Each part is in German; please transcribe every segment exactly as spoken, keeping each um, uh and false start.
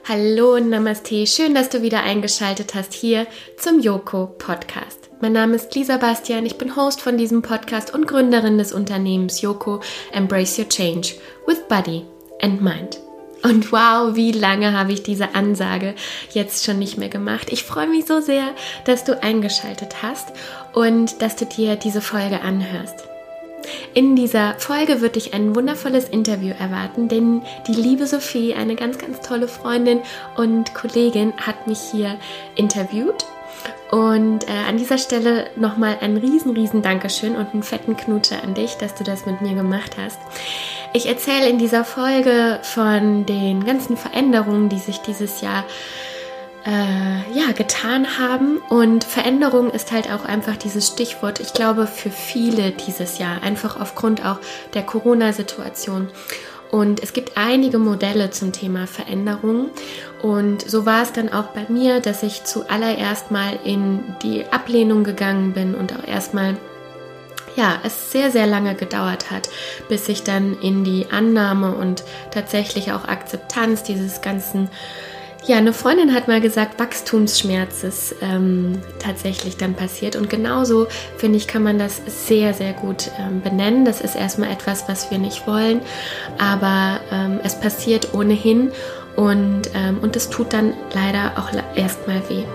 Hallo und Namaste, schön, dass du wieder eingeschaltet hast hier zum Yoko Podcast. Mein Name ist Lisa Bastian, ich bin Host von diesem Podcast und Gründerin des Unternehmens Yoko Embrace Your Change with Body and Mind. Und wow, wie lange habe ich diese Ansage jetzt schon nicht mehr gemacht. Ich freue mich so sehr, dass du eingeschaltet hast und dass du dir diese Folge anhörst. In dieser Folge wird dich ein wundervolles Interview erwarten, denn die liebe Sophie, eine ganz, ganz tolle Freundin und Kollegin, hat mich hier interviewt. Und äh, an dieser Stelle nochmal ein riesen, riesen Dankeschön und einen fetten Knutscher an dich, dass du das mit mir gemacht hast. Ich erzähle in dieser Folge von den ganzen Veränderungen, die sich dieses Jahr Äh, ja, getan haben, und Veränderung ist halt auch einfach dieses Stichwort, ich glaube, für viele dieses Jahr, einfach aufgrund auch der Corona-Situation. Und es gibt einige Modelle zum Thema Veränderung, und so war es dann auch bei mir, dass ich zuallererst mal in die Ablehnung gegangen bin und auch erstmal ja, es sehr, sehr lange gedauert hat, bis ich dann in die Annahme und tatsächlich auch Akzeptanz dieses ganzen Ja, eine Freundin hat mal gesagt, Wachstumsschmerz ist ähm, tatsächlich dann passiert, und genauso, finde ich, kann man das sehr, sehr gut ähm, benennen. Das ist erstmal etwas, was wir nicht wollen, aber ähm, es passiert ohnehin, und, ähm, und es tut dann leider auch erstmal weh.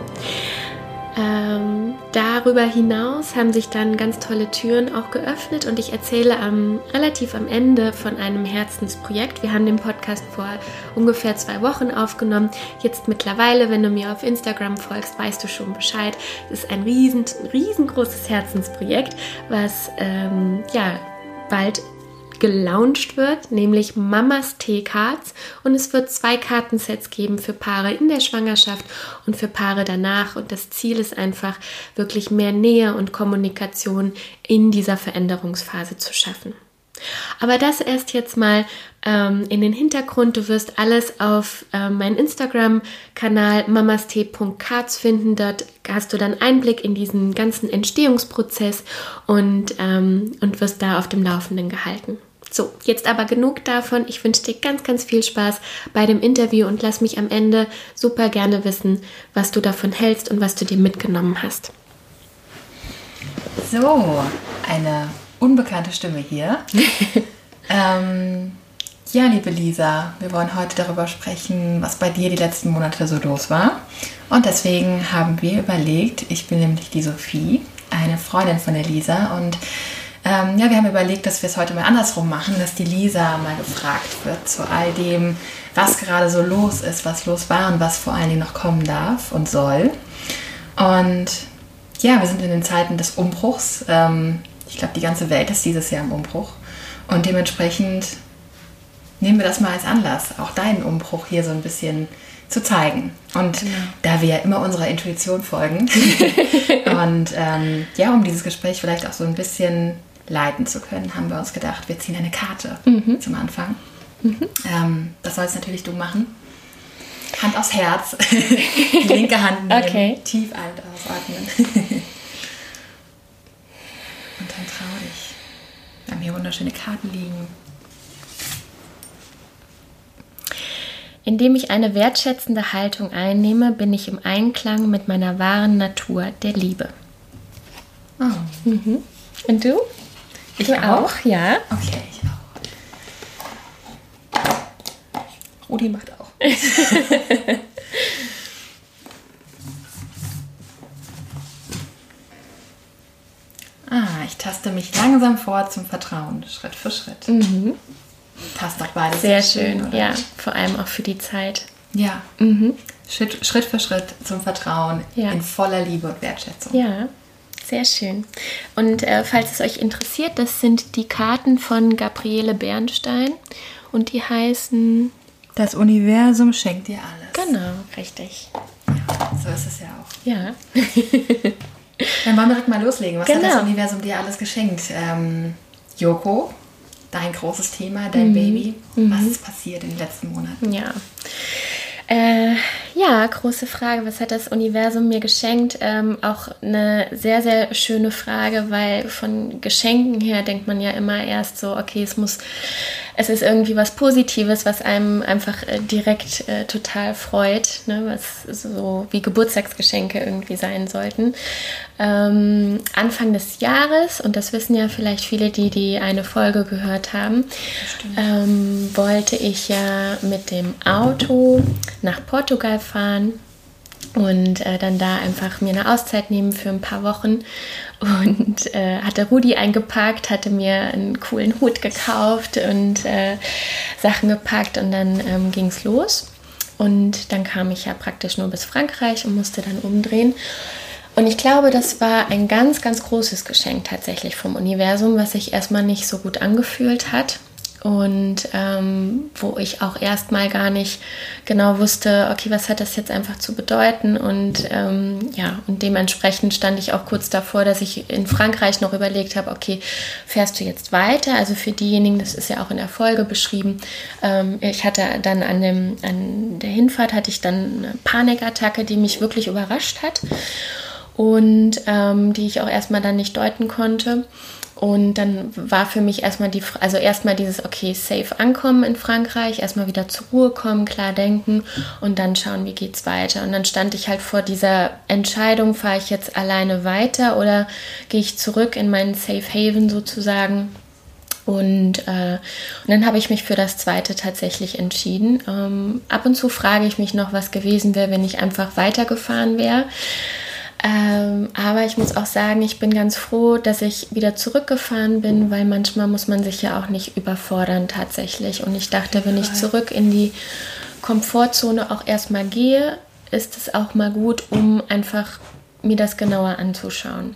Ähm, darüber hinaus haben sich dann ganz tolle Türen auch geöffnet, und ich erzähle am, relativ am Ende von einem Herzensprojekt. Wir haben den Podcast vor ungefähr zwei Wochen aufgenommen. Jetzt mittlerweile, wenn du mir auf Instagram folgst, weißt du schon Bescheid. Es ist ein riesen, riesengroßes Herzensprojekt, was ähm, ja bald gelauncht wird, nämlich Mamas T-Cards, und es wird zwei Kartensets geben für Paare in der Schwangerschaft und für Paare danach, und das Ziel ist einfach, wirklich mehr Nähe und Kommunikation in dieser Veränderungsphase zu schaffen. Aber das erst jetzt mal ähm, in den Hintergrund. Du wirst alles auf ähm, meinen Instagram-Kanal mamast punkt cards finden. Dort hast du dann Einblick in diesen ganzen Entstehungsprozess und, ähm, und wirst da auf dem Laufenden gehalten. So, jetzt aber genug davon. Ich wünsche dir ganz, ganz viel Spaß bei dem Interview und lass mich am Ende super gerne wissen, was du davon hältst und was du dir mitgenommen hast. So, eine unbekannte Stimme hier. ähm, ja, liebe Lisa, wir wollen heute darüber sprechen, was bei dir die letzten Monate so los war. Und deswegen haben wir überlegt, ich bin nämlich die Sophie, eine Freundin von der Lisa, und ähm, ja, wir haben überlegt, dass wir es heute mal andersrum machen, dass die Lisa mal gefragt wird zu all dem, was gerade so los ist, was los war und was vor allen Dingen noch kommen darf und soll. Und ja, wir sind in den Zeiten des Umbruchs. Ähm, ich glaube, die ganze Welt ist dieses Jahr im Umbruch, und dementsprechend nehmen wir das mal als Anlass, auch deinen Umbruch hier so ein bisschen zu zeigen. Und genau, da wir ja immer unserer Intuition folgen und ähm, ja, um dieses Gespräch vielleicht auch so ein bisschen leiten zu können, haben wir uns gedacht, wir ziehen eine Karte mhm. zum Anfang. Mhm. Ähm, das sollst natürlich du machen. Hand aufs Herz, die linke Hand nehmen, okay. Tief ein- und ausatmen. Und dann trau dich. Wir haben hier wunderschöne Karten liegen. Indem ich eine wertschätzende Haltung einnehme, bin ich im Einklang mit meiner wahren Natur der Liebe. Oh. Mhm. Und du? Ich du auch? auch? Ja. Okay, ich auch. Rudi macht auch. ah, ich taste mich langsam vor zum Vertrauen, Schritt für Schritt. Mhm. Passt doch beides. Sehr schön, oder? Ja, vor allem auch für die Zeit. Ja, Mhm. Schritt, Schritt für Schritt zum Vertrauen, Ja. in voller Liebe und Wertschätzung. Ja, sehr schön. Und äh, falls es euch interessiert, das sind die Karten von Gabriele Bernstein, und die heißen... Das Universum schenkt dir alles. Genau, richtig. Ja, so ist es ja auch. Ja. Dann wollen wir direkt mal loslegen. Was Genau. hat das Universum dir alles geschenkt? Ähm, Yoko, dein großes Thema, dein Mhm. Baby. Mhm. Was ist passiert in den letzten Monaten? Ja. Äh, Ja, große Frage. Was hat das Universum mir geschenkt? Ähm, auch eine sehr, sehr schöne Frage, weil von Geschenken her denkt man ja immer erst so, okay, es muss, es ist irgendwie was Positives, was einem einfach äh, direkt äh, total freut, ne? Was so wie Geburtstagsgeschenke irgendwie sein sollten. Ähm, Anfang des Jahres, und das wissen ja vielleicht viele, die die eine Folge gehört haben, ähm, wollte ich ja mit dem Auto nach Portugal fahren und äh, dann da einfach mir eine Auszeit nehmen für ein paar Wochen und äh, hatte Rudi eingepackt, hatte mir einen coolen Hut gekauft und äh, Sachen gepackt und dann ähm, ging es los und dann kam ich ja praktisch nur bis Frankreich und musste dann umdrehen. Und ich glaube, das war ein ganz, ganz großes Geschenk tatsächlich vom Universum, was sich erstmal nicht so gut angefühlt hat und ähm, wo ich auch erstmal gar nicht genau wusste, okay, was hat das jetzt einfach zu bedeuten? Und ähm, ja, und dementsprechend stand ich auch kurz davor, dass ich in Frankreich noch überlegt habe, okay, fährst du jetzt weiter? Also für diejenigen, das ist ja auch in der Folge beschrieben, ähm, ich hatte dann an, dem, an der Hinfahrt hatte ich dann eine Panikattacke, die mich wirklich überrascht hat. Und ähm, die ich auch erstmal dann nicht deuten konnte. Und dann war für mich erstmal die, also erstmal dieses, okay, safe ankommen in Frankreich, erstmal wieder zur Ruhe kommen, klar denken und dann schauen, wie geht's weiter. Und dann stand ich halt vor dieser Entscheidung, fahre ich jetzt alleine weiter oder gehe ich zurück in meinen Safe Haven sozusagen. Und, äh, und dann habe ich mich für das Zweite tatsächlich entschieden. Ähm, ab und zu frage ich mich noch, was gewesen wäre, wenn ich einfach weitergefahren wäre. Ähm, aber ich muss auch sagen, ich bin ganz froh, dass ich wieder zurückgefahren bin, weil manchmal muss man sich ja auch nicht überfordern tatsächlich. Und ich dachte, wenn ich zurück in die Komfortzone auch erstmal gehe, ist es auch mal gut, um einfach mir das genauer anzuschauen.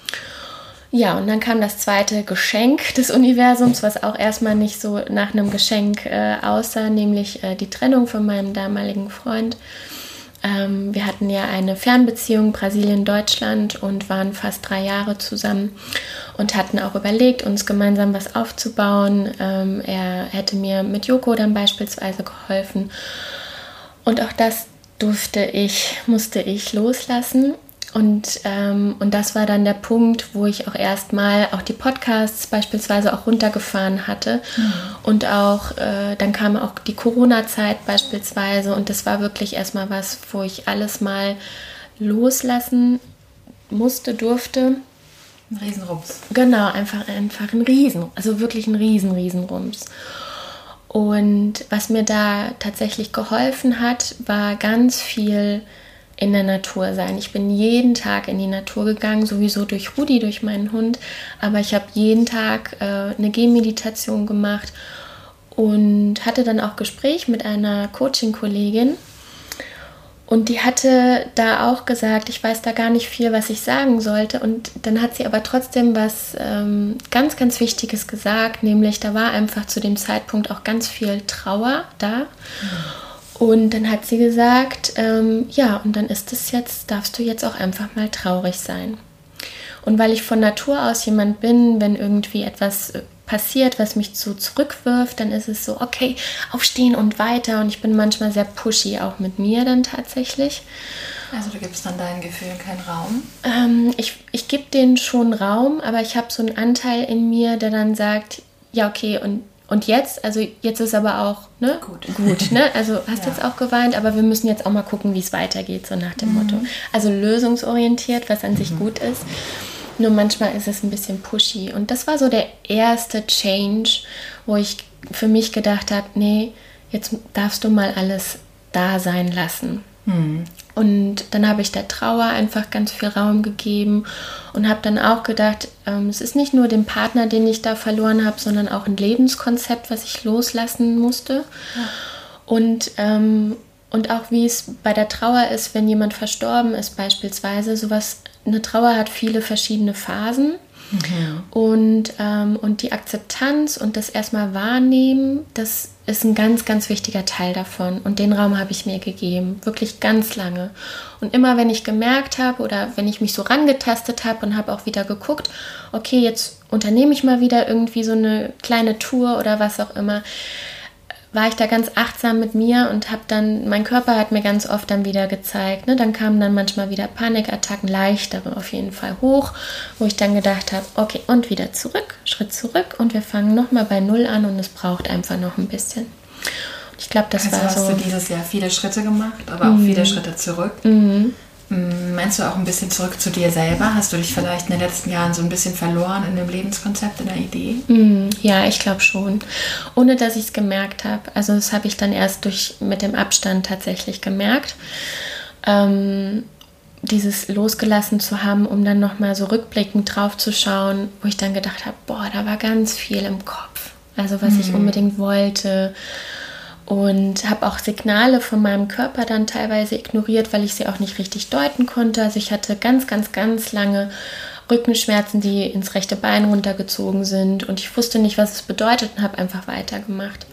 Ja, und dann kam das zweite Geschenk des Universums, was auch erstmal nicht so nach einem Geschenk äh, aussah, nämlich äh, die Trennung von meinem damaligen Freund. Ähm, wir hatten ja eine Fernbeziehung, Brasilien-Deutschland, und waren fast drei Jahre zusammen und hatten auch überlegt, uns gemeinsam was aufzubauen. Ähm, er hätte mir mit Yoko dann beispielsweise geholfen. Und auch das durfte ich, musste ich loslassen. Und, ähm, und das war dann der Punkt, wo ich auch erstmal auch die Podcasts beispielsweise auch runtergefahren hatte. Mhm. Und auch, äh, dann kam auch die Corona-Zeit beispielsweise. Und das war wirklich erstmal was, wo ich alles mal loslassen musste, durfte. Ein Riesenrums. Genau, einfach, einfach ein Riesen, also wirklich ein Riesen, Riesenrums. Und was mir da tatsächlich geholfen hat, war ganz viel in der Natur sein. Ich bin jeden Tag in die Natur gegangen, sowieso durch Rudi, durch meinen Hund, aber ich habe jeden Tag äh, eine Gehmeditation gemacht und hatte dann auch Gespräch mit einer Coaching-Kollegin und die hatte da auch gesagt, ich weiß da gar nicht viel, was ich sagen sollte, und dann hat sie aber trotzdem was ähm, ganz, ganz Wichtiges gesagt, nämlich da war einfach zu dem Zeitpunkt auch ganz viel Trauer da. Mhm. Und dann hat sie gesagt, ähm, ja, und dann ist es jetzt, darfst du jetzt auch einfach mal traurig sein. Und weil ich von Natur aus jemand bin, wenn irgendwie etwas passiert, was mich so zurückwirft, dann ist es so, okay, aufstehen und weiter. Und ich bin manchmal sehr pushy, auch mit mir dann tatsächlich. Also du gibst dann deinen Gefühlen keinen Raum? Ähm, ich ich gebe denen schon Raum, aber ich habe so einen Anteil in mir, der dann sagt, ja, okay, und Und jetzt, also jetzt ist aber auch, ne? Gut. Gut, ne? Also hast ja. jetzt auch geweint, aber wir müssen jetzt auch mal gucken, wie es weitergeht, so nach dem mhm. Motto. Also lösungsorientiert, was an mhm. sich gut ist. Nur manchmal ist es ein bisschen pushy. Und das war so der erste Change, wo ich für mich gedacht habe, nee, jetzt darfst du mal alles da sein lassen. Mhm. Und dann habe ich der Trauer einfach ganz viel Raum gegeben und habe dann auch gedacht, ähm, es ist nicht nur den Partner, den ich da verloren habe, sondern auch ein Lebenskonzept, was ich loslassen musste. Ja. Und, ähm, und auch wie es bei der Trauer ist, wenn jemand verstorben ist beispielsweise, sowas, eine Trauer hat viele verschiedene Phasen. Mhm. Und, ähm, und die Akzeptanz und das erstmal wahrnehmen, das ist ein ganz, ganz wichtiger Teil davon. Und den Raum habe ich mir gegeben, wirklich ganz lange. Und immer, wenn ich gemerkt habe oder wenn ich mich so rangetastet habe und habe auch wieder geguckt, okay, jetzt unternehme ich mal wieder irgendwie so eine kleine Tour oder was auch immer, war ich da ganz achtsam mit mir und habe dann, mein Körper hat mir ganz oft dann wieder gezeigt, ne? Dann kamen dann manchmal wieder Panikattacken, leichtere auf jeden Fall hoch, wo ich dann gedacht habe, okay, und wieder zurück, Schritt zurück und wir fangen nochmal bei Null an und es braucht einfach noch ein bisschen. Ich glaube, das also war hast so. Hast du dieses Jahr viele Schritte gemacht, aber mhm. auch viele Schritte zurück? Mhm. Meinst du auch ein bisschen zurück zu dir selber? Hast du dich vielleicht in den letzten Jahren so ein bisschen verloren in dem Lebenskonzept, in der Idee? Mm, ja, ich glaube schon. Ohne, dass ich es gemerkt habe. Also das habe ich dann erst durch mit dem Abstand tatsächlich gemerkt. Ähm, dieses losgelassen zu haben, um dann nochmal so rückblickend drauf zu schauen, wo ich dann gedacht habe, boah, da war ganz viel im Kopf. Also was mhm. ich unbedingt wollte. Und habe auch Signale von meinem Körper dann teilweise ignoriert, weil ich sie auch nicht richtig deuten konnte. Also ich hatte ganz, ganz, ganz lange Rückenschmerzen, die ins rechte Bein runtergezogen sind. Und ich wusste nicht, was es bedeutet und habe einfach weitergemacht.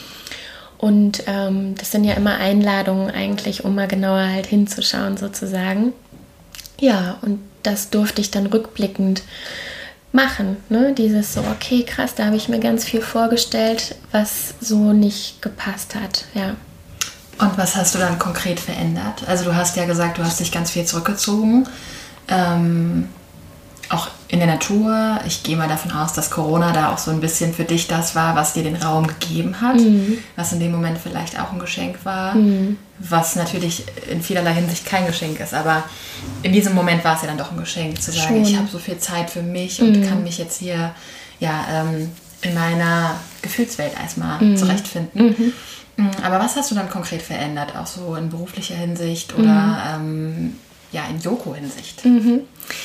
Und ähm, das sind ja immer Einladungen eigentlich, um mal genauer halt hinzuschauen sozusagen. Ja, und das durfte ich dann rückblickend machen, ne? Dieses so, okay, krass, da habe ich mir ganz viel vorgestellt, was so nicht gepasst hat, ja. Und was hast du dann konkret verändert? Also du hast ja gesagt, du hast dich ganz viel zurückgezogen, ähm, auch in der Natur. Ich gehe mal davon aus, dass Corona da auch so ein bisschen für dich das war, was dir den Raum gegeben hat, mhm. was in dem Moment vielleicht auch ein Geschenk war, mhm. was natürlich in vielerlei Hinsicht kein Geschenk ist, aber in diesem Moment war es ja dann doch ein Geschenk, zu sagen, Schon. ich habe so viel Zeit für mich und mhm. kann mich jetzt hier ja, ähm, in meiner Gefühlswelt erstmal mhm. zurechtfinden. Mhm. Aber was hast du dann konkret verändert, auch so in beruflicher Hinsicht oder mhm. ähm, ja, in Yoko-Hinsicht? Mhm.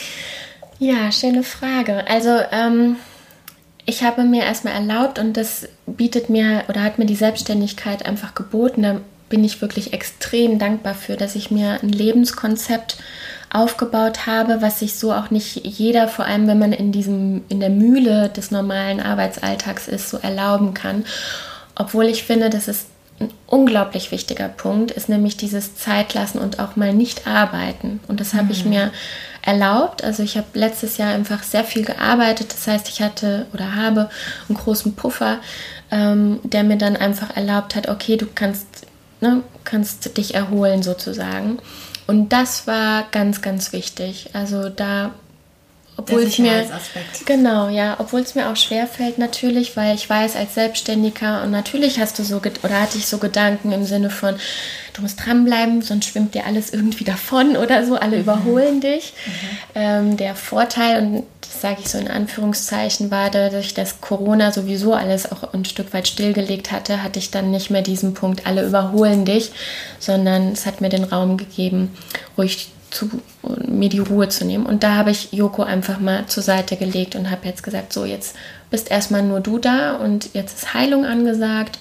Ja, schöne Frage. Also ähm, ich habe mir erstmal erlaubt und das bietet mir oder hat mir die Selbstständigkeit einfach geboten. Da bin ich wirklich extrem dankbar für, dass ich mir ein Lebenskonzept aufgebaut habe, was sich so auch nicht jeder, vor allem wenn man in diesem in der Mühle des normalen Arbeitsalltags ist, so erlauben kann. Obwohl ich finde, das ist ein unglaublich wichtiger Punkt, ist nämlich dieses Zeitlassen und auch mal nicht arbeiten. Und das habe mhm. ich mir erlaubt. Also ich habe letztes Jahr einfach sehr viel gearbeitet. Das heißt, ich hatte oder habe einen großen Puffer, ähm, der mir dann einfach erlaubt hat, okay, du kannst, ne, kannst dich erholen sozusagen. Und das war ganz, ganz wichtig. Also da, obwohl es mir genau, ja, obwohl es mir auch schwerfällt natürlich, weil ich weiß als Selbstständiger und natürlich hast du so oder hatte ich so Gedanken im Sinne von, du musst dranbleiben, sonst schwimmt dir alles irgendwie davon oder so, alle mhm. überholen dich. Mhm. Ähm, der Vorteil, und das sage ich so in Anführungszeichen, war dadurch, dass Corona sowieso alles auch ein Stück weit stillgelegt hatte, hatte ich dann nicht mehr diesen Punkt, alle überholen dich, sondern es hat mir den Raum gegeben, ruhig zu, mir die Ruhe zu nehmen. Und da habe ich Yoko einfach mal zur Seite gelegt und habe jetzt gesagt, so jetzt bist erstmal nur du da und jetzt ist Heilung angesagt.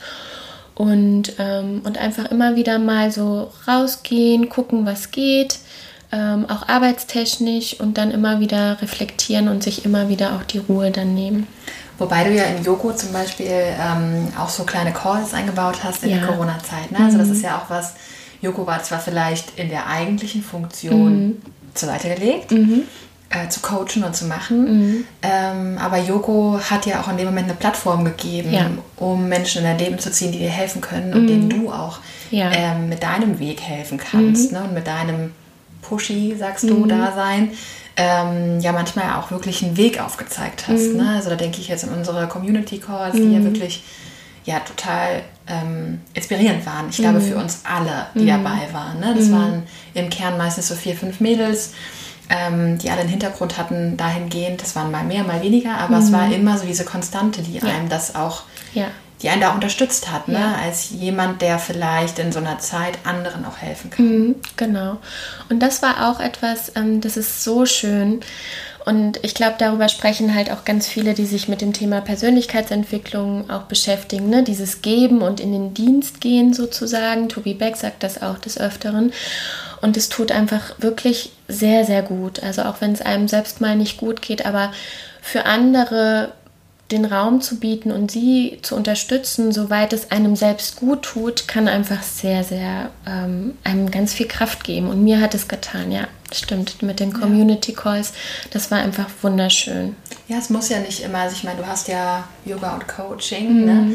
Und, ähm, und einfach immer wieder mal so rausgehen, gucken, was geht, ähm, auch arbeitstechnisch und dann immer wieder reflektieren und sich immer wieder auch die Ruhe dann nehmen. Wobei du ja in Yoko zum Beispiel ähm, auch so kleine Calls eingebaut hast in ja. der Corona-Zeit. Ne? Also mhm. das ist ja auch was, Yoko war zwar vielleicht in der eigentlichen Funktion mhm. zur Seite gelegt, mhm. äh, zu coachen und zu machen, mhm. ähm, aber Yoko hat ja auch in dem Moment eine Plattform gegeben, ja. um Menschen in dein Leben zu ziehen, die dir helfen können und mhm. denen du auch ja. ähm, mit deinem Weg helfen kannst, mhm. ne? Und mit deinem Pushy, sagst du, mhm. Dasein, ähm, ja manchmal auch wirklich einen Weg aufgezeigt hast. Mhm. Ne? Also da denke ich jetzt an unsere Community Calls, die mhm. ja wirklich ja total ähm, inspirierend waren. Ich glaube, für uns alle, die mhm. dabei waren. Ne? Das mhm. waren im Kern meistens so vier, fünf Mädels, ähm, die alle einen Hintergrund hatten dahingehend. Das waren mal mehr, mal weniger, aber mhm. es war immer so diese Konstante, die ja. einem das auch, ja. die einen da unterstützt hat, ne? Ja. Als jemand, der vielleicht in so einer Zeit anderen auch helfen kann. Mhm, genau. Und das war auch etwas, ähm, das ist so schön. Und ich glaube, darüber sprechen halt auch ganz viele, die sich mit dem Thema Persönlichkeitsentwicklung auch beschäftigen. Ne? Dieses Geben und in den Dienst gehen sozusagen. Tobi Beck sagt das auch des Öfteren. Und es tut einfach wirklich sehr, sehr gut. Also auch wenn es einem selbst mal nicht gut geht, aber für andere den Raum zu bieten und sie zu unterstützen, soweit es einem selbst gut tut, kann einfach sehr, sehr ähm, einem ganz viel Kraft geben. Und mir hat es getan, ja, stimmt, mit den Community Calls. Das war einfach wunderschön. Ja, es muss ja nicht immer, also ich meine, du hast ja Yoga und Coaching, mhm. ne?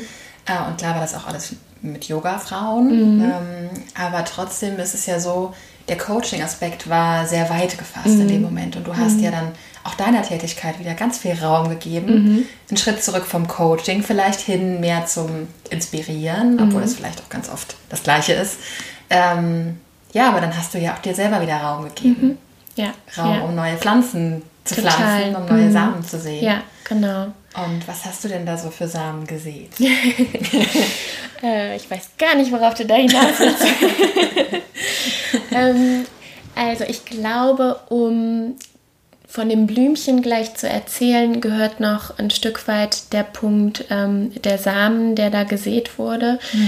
Äh, und klar war das auch alles mit Yoga-Frauen. Mhm. Ähm, aber trotzdem ist es ja so, der Coaching-Aspekt war sehr weit gefasst Mhm. in dem Moment. Und du hast Mhm. ja dann auch deiner Tätigkeit wieder ganz viel Raum gegeben. Mhm. Einen Schritt zurück vom Coaching, vielleicht hin mehr zum Inspirieren, obwohl Mhm. es vielleicht auch ganz oft das Gleiche ist. Ähm, ja, aber dann hast du ja auch dir selber wieder Raum gegeben. Mhm. Ja. Raum, ja. um neue Pflanzen zu Total. pflanzen, um neue Mhm. Samen zu sehen. Ja, genau. Und was hast du denn da so für Samen gesät? äh, ich weiß gar nicht, worauf du da hinaus willst. ähm, also ich glaube, um von dem Blümchen gleich zu erzählen, gehört noch ein Stück weit der Punkt ähm, der Samen, der da gesät wurde. Mhm.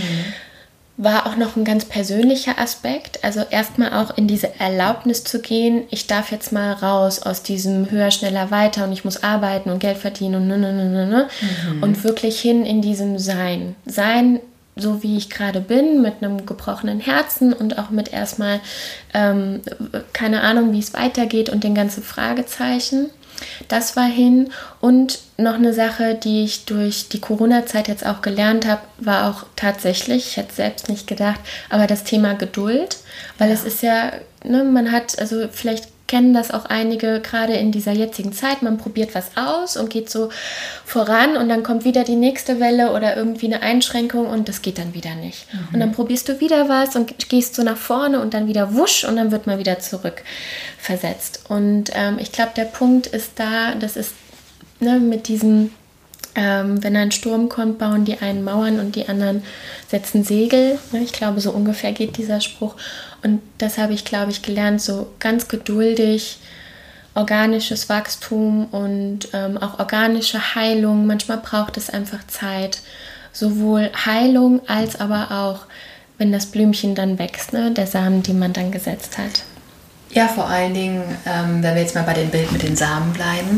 War auch noch ein ganz persönlicher Aspekt. Also erstmal auch in diese Erlaubnis zu gehen, ich darf jetzt mal raus aus diesem höher, schneller, weiter und ich muss arbeiten und Geld verdienen und ne, ne, ne, ne, ne. Mhm. Und wirklich hin in diesem Sein. Sein, so wie ich gerade bin, mit einem gebrochenen Herzen und auch mit erstmal ähm, keine Ahnung, wie es weitergeht und den ganzen Fragezeichen. Das war hin. Und noch eine Sache, die ich durch die Corona-Zeit jetzt auch gelernt habe, war auch tatsächlich, ich hätte es selbst nicht gedacht, aber das Thema Geduld, weil ja. es ist ja, ne, man hat, also vielleicht kennen das auch einige, gerade in dieser jetzigen Zeit, man probiert was aus und geht so voran und dann kommt wieder die nächste Welle oder irgendwie eine Einschränkung und das geht dann wieder nicht. Mhm. Und dann probierst du wieder was und gehst so nach vorne und dann wieder wusch und dann wird man wieder zurückversetzt. Und ähm, ich glaube, der Punkt ist da, das ist ne, mit diesem, ähm, wenn ein Sturm kommt, bauen die einen Mauern und die anderen setzen Segel. Ne? Ich glaube, so ungefähr geht dieser Spruch. Und das habe ich, glaube ich, gelernt, so ganz geduldig, organisches Wachstum und ähm, auch organische Heilung. Manchmal braucht es einfach Zeit. Sowohl Heilung als aber auch, wenn das Blümchen dann wächst, ne? Der Samen, den man dann gesetzt hat. Ja, vor allen Dingen, ähm, wenn wir jetzt mal bei dem Bild mit den Samen bleiben,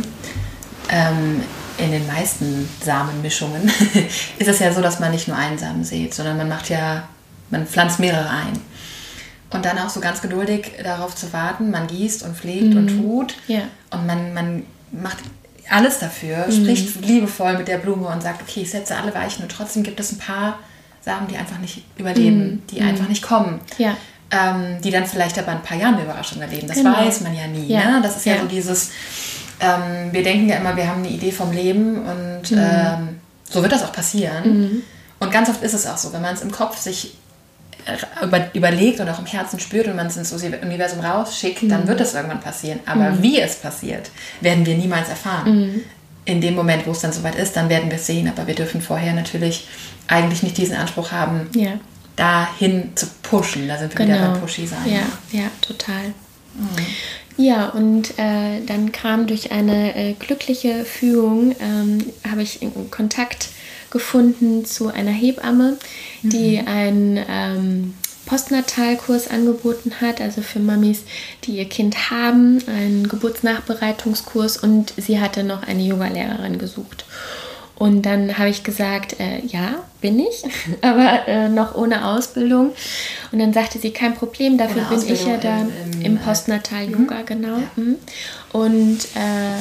ähm, in den meisten Samenmischungen ist es ja so, dass man nicht nur einen Samen sät, sondern man macht ja, man pflanzt mehrere ein. Und dann auch so ganz geduldig darauf zu warten, man gießt und pflegt mhm. und tut ja. und man, man macht alles dafür, mhm. spricht liebevoll mit der Blume und sagt, okay, ich setze alle Weichen und trotzdem gibt es ein paar Samen, die einfach nicht überleben, mhm. die mhm. einfach nicht kommen. Ja. Ähm, die dann vielleicht aber ein paar Jahre eine Überraschung erleben. Das genau. weiß man ja nie. Ja. Ne? Das ist ja, ja so dieses, ähm, wir denken ja immer, wir haben eine Idee vom Leben und mhm. ähm, so wird das auch passieren. Mhm. Und ganz oft ist es auch so, wenn man es im Kopf sich über, überlegt und auch im Herzen spürt und man es ins Universum rausschickt, mhm. dann wird es irgendwann passieren. Aber mhm. wie es passiert, werden wir niemals erfahren. Mhm. In dem Moment, wo es dann soweit ist, dann werden wir es sehen. Aber wir dürfen vorher natürlich eigentlich nicht diesen Anspruch haben, ja. dahin zu pushen. Da sind wir genau. wieder beim Pushy sein. Ja, ja, total. Mhm. Ja, und äh, dann kam durch eine äh, glückliche Fügung, ähm, habe ich in Kontakt gefunden zu einer Hebamme, mhm. die einen ähm, Postnatalkurs angeboten hat, also für Mamis, die ihr Kind haben, einen Geburtsnachbereitungskurs, und sie hatte noch eine Yogalehrerin gesucht. Und dann habe ich gesagt, äh, ja, bin ich, aber äh, noch ohne Ausbildung. Und dann sagte sie, kein Problem, dafür ohne bin Ausbildung ich ja da im, im, im Postnatal-Yoga, mhm. genau. Ja. Und äh,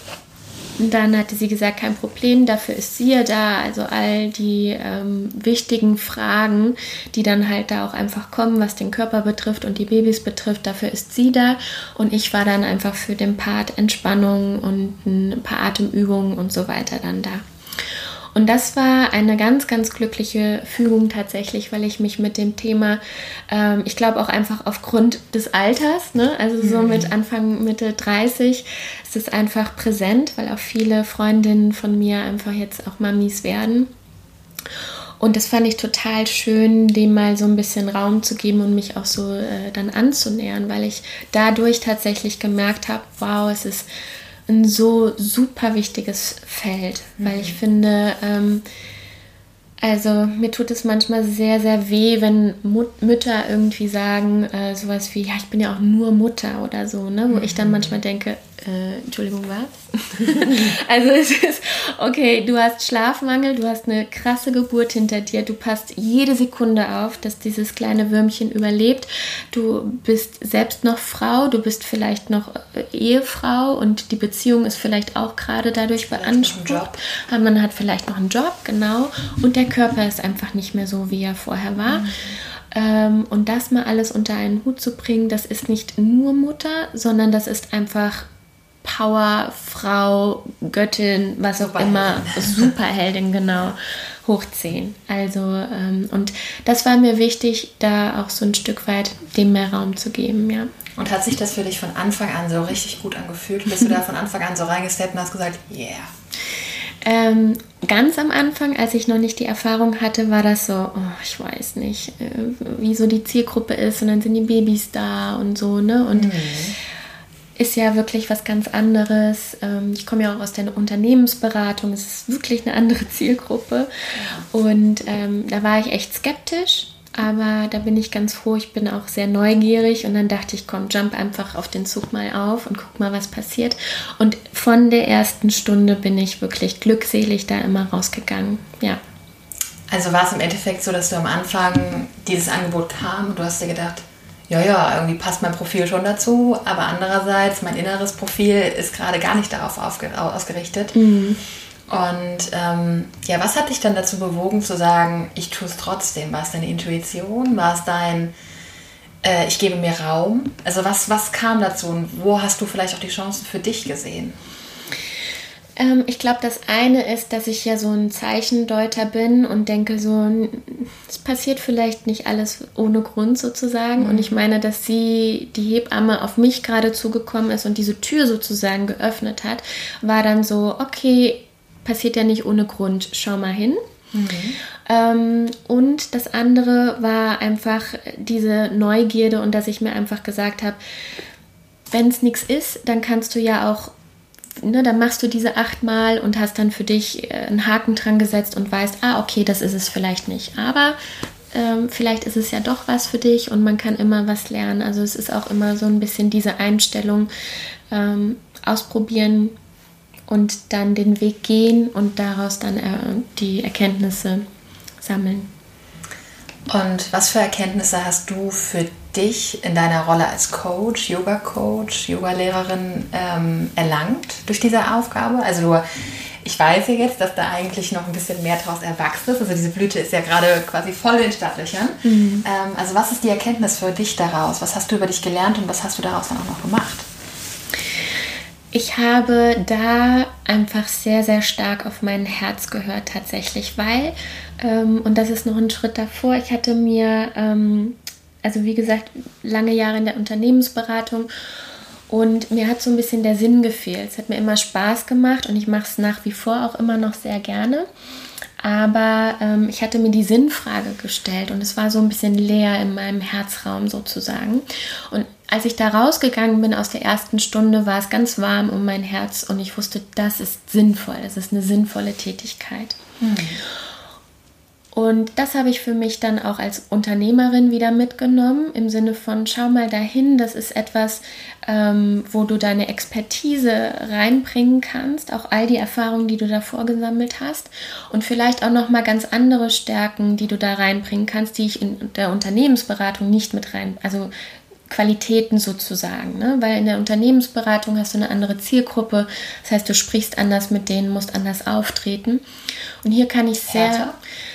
dann hatte sie gesagt, kein Problem, dafür ist sie ja da. Also all die ähm, wichtigen Fragen, die dann halt da auch einfach kommen, was den Körper betrifft und die Babys betrifft, dafür ist sie da. Und ich war dann einfach für den Part Entspannung und ein paar Atemübungen und so weiter dann da. Und das war eine ganz, ganz glückliche Fügung tatsächlich, weil ich mich mit dem Thema, ähm, ich glaube auch einfach aufgrund des Alters, ne? Also so mhm. mit Anfang, Mitte dreißig ist es einfach präsent, weil auch viele Freundinnen von mir einfach jetzt auch Mamis werden. Und das fand ich total schön, dem mal so ein bisschen Raum zu geben und mich auch so äh, dann anzunähern, weil ich dadurch tatsächlich gemerkt habe, wow, es ist ein so super wichtiges Feld, mhm. weil ich finde, ähm, also mir tut es manchmal sehr, sehr weh, wenn Mut- Mütter irgendwie sagen, äh, sowas wie, ja, ich bin ja auch nur Mutter oder so, ne? Wo mhm. ich dann manchmal denke, Äh, Entschuldigung, was? Also es ist, okay, du hast Schlafmangel, du hast eine krasse Geburt hinter dir, du passt jede Sekunde auf, dass dieses kleine Würmchen überlebt. Du bist selbst noch Frau, du bist vielleicht noch Ehefrau und die Beziehung ist vielleicht auch gerade dadurch beansprucht. Aber man hat vielleicht noch einen Job, genau. Und der Körper ist einfach nicht mehr so, wie er vorher war. Mhm. Ähm, und das mal alles unter einen Hut zu bringen, das ist nicht nur Mutter, sondern das ist einfach Power, Frau, Göttin, was auch immer, Superheldin, genau, hochziehen. Also, ähm, und das war mir wichtig, da auch so ein Stück weit dem mehr Raum zu geben, ja. Und hat sich das für dich von Anfang an so richtig gut angefühlt? Und bist du da von Anfang an so reingesteppt und hast gesagt, yeah? Ähm, ganz am Anfang, als ich noch nicht die Erfahrung hatte, war das so, oh, ich weiß nicht, äh, wie so die Zielgruppe ist und dann sind die Babys da und so, ne? Und mhm. ist ja wirklich was ganz anderes. Ähm, ich komme ja auch aus der Unternehmensberatung, es ist wirklich eine andere Zielgruppe. Ja. Und ähm, da war ich echt skeptisch. Aber da bin ich ganz froh, ich bin auch sehr neugierig und dann dachte ich, komm, jump einfach auf den Zug mal auf und guck mal, was passiert. Und von der ersten Stunde bin ich wirklich glückselig da immer rausgegangen, ja. Also war es im Endeffekt so, dass du am Anfang dieses Angebot kam und du hast dir gedacht, ja, ja, irgendwie passt mein Profil schon dazu, aber andererseits, mein inneres Profil ist gerade gar nicht darauf aufge- ausgerichtet. Mhm. Und ähm, ja, was hat dich dann dazu bewogen zu sagen, ich tue es trotzdem? War es deine Intuition? War es dein, äh, ich gebe mir Raum? Also was, was kam dazu und wo hast du vielleicht auch die Chancen für dich gesehen? Ähm, ich glaube, das eine ist, dass ich ja so ein Zeichendeuter bin und denke so, es passiert vielleicht nicht alles ohne Grund sozusagen. Mhm. Und ich meine, dass sie, die Hebamme, auf mich gerade zugekommen ist und diese Tür sozusagen geöffnet hat, war dann so, okay, passiert ja nicht ohne Grund, schau mal hin. Mhm. Ähm, und das andere war einfach diese Neugierde und dass ich mir einfach gesagt habe, wenn es nichts ist, dann kannst du ja auch, ne, dann machst du diese achtmal und hast dann für dich einen Haken dran gesetzt und weißt, ah, okay, das ist es vielleicht nicht. Aber ähm, vielleicht ist es ja doch was für dich und man kann immer was lernen. Also es ist auch immer so ein bisschen diese Einstellung, ähm, ausprobieren, und dann den Weg gehen und daraus dann äh, die Erkenntnisse sammeln. Und was für Erkenntnisse hast du für dich in deiner Rolle als Coach, Yoga-Coach, Yoga-Lehrerin ähm, erlangt durch diese Aufgabe? Also du, ich weiß ja jetzt, dass da eigentlich noch ein bisschen mehr draus erwachsen ist. Also diese Blüte ist ja gerade quasi voll in Startlöchern. Mhm. Ähm, also was ist die Erkenntnis für dich daraus? Was hast du über dich gelernt und was hast du daraus dann auch noch gemacht? Ich habe da einfach sehr, sehr stark auf mein Herz gehört tatsächlich, weil, ähm, und das ist noch ein Schritt davor, ich hatte mir, ähm, also wie gesagt, lange Jahre in der Unternehmensberatung und mir hat so ein bisschen der Sinn gefehlt. Es hat mir immer Spaß gemacht und ich mache es nach wie vor auch immer noch sehr gerne. Aber ähm, ich hatte mir die Sinnfrage gestellt und es war so ein bisschen leer in meinem Herzraum sozusagen. Und als ich da rausgegangen bin aus der ersten Stunde, war es ganz warm um mein Herz und ich wusste, das ist sinnvoll, das ist eine sinnvolle Tätigkeit. Mhm. Und das habe ich für mich dann auch als Unternehmerin wieder mitgenommen, im Sinne von, schau mal dahin, das ist etwas, ähm, wo du deine Expertise reinbringen kannst, auch all die Erfahrungen, die du davor gesammelt hast und vielleicht auch nochmal ganz andere Stärken, die du da reinbringen kannst, die ich in der Unternehmensberatung nicht mit rein, also Qualitäten sozusagen, ne? Weil in der Unternehmensberatung hast du eine andere Zielgruppe, das heißt, du sprichst anders mit denen, musst anders auftreten und hier kann ich sehr... Härter?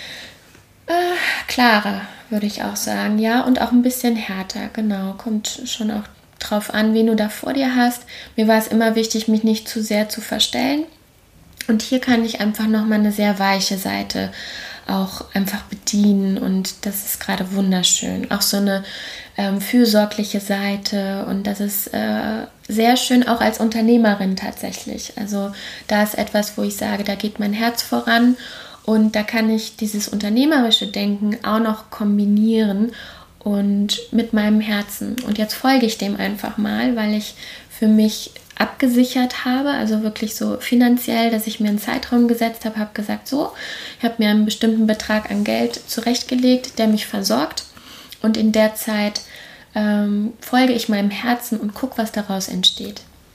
Äh, klarer, würde ich auch sagen, ja, und auch ein bisschen härter, genau, kommt schon auch drauf an, wen du da vor dir hast. Mir war es immer wichtig, mich nicht zu sehr zu verstellen und hier kann ich einfach nochmal eine sehr weiche Seite auch einfach bedienen und das ist gerade wunderschön. Auch so eine ähm, fürsorgliche Seite und das ist äh, sehr schön auch als Unternehmerin tatsächlich. Also da ist etwas, wo ich sage, da geht mein Herz voran. Und da kann ich dieses unternehmerische Denken auch noch kombinieren und mit meinem Herzen. Und jetzt folge ich dem einfach mal, weil ich für mich abgesichert habe, also wirklich so finanziell, dass ich mir einen Zeitraum gesetzt habe, habe gesagt, so, ich habe mir einen bestimmten Betrag an Geld zurechtgelegt, der mich versorgt. Und in der Zeit ähm, folge ich meinem Herzen und gucke, was daraus entsteht.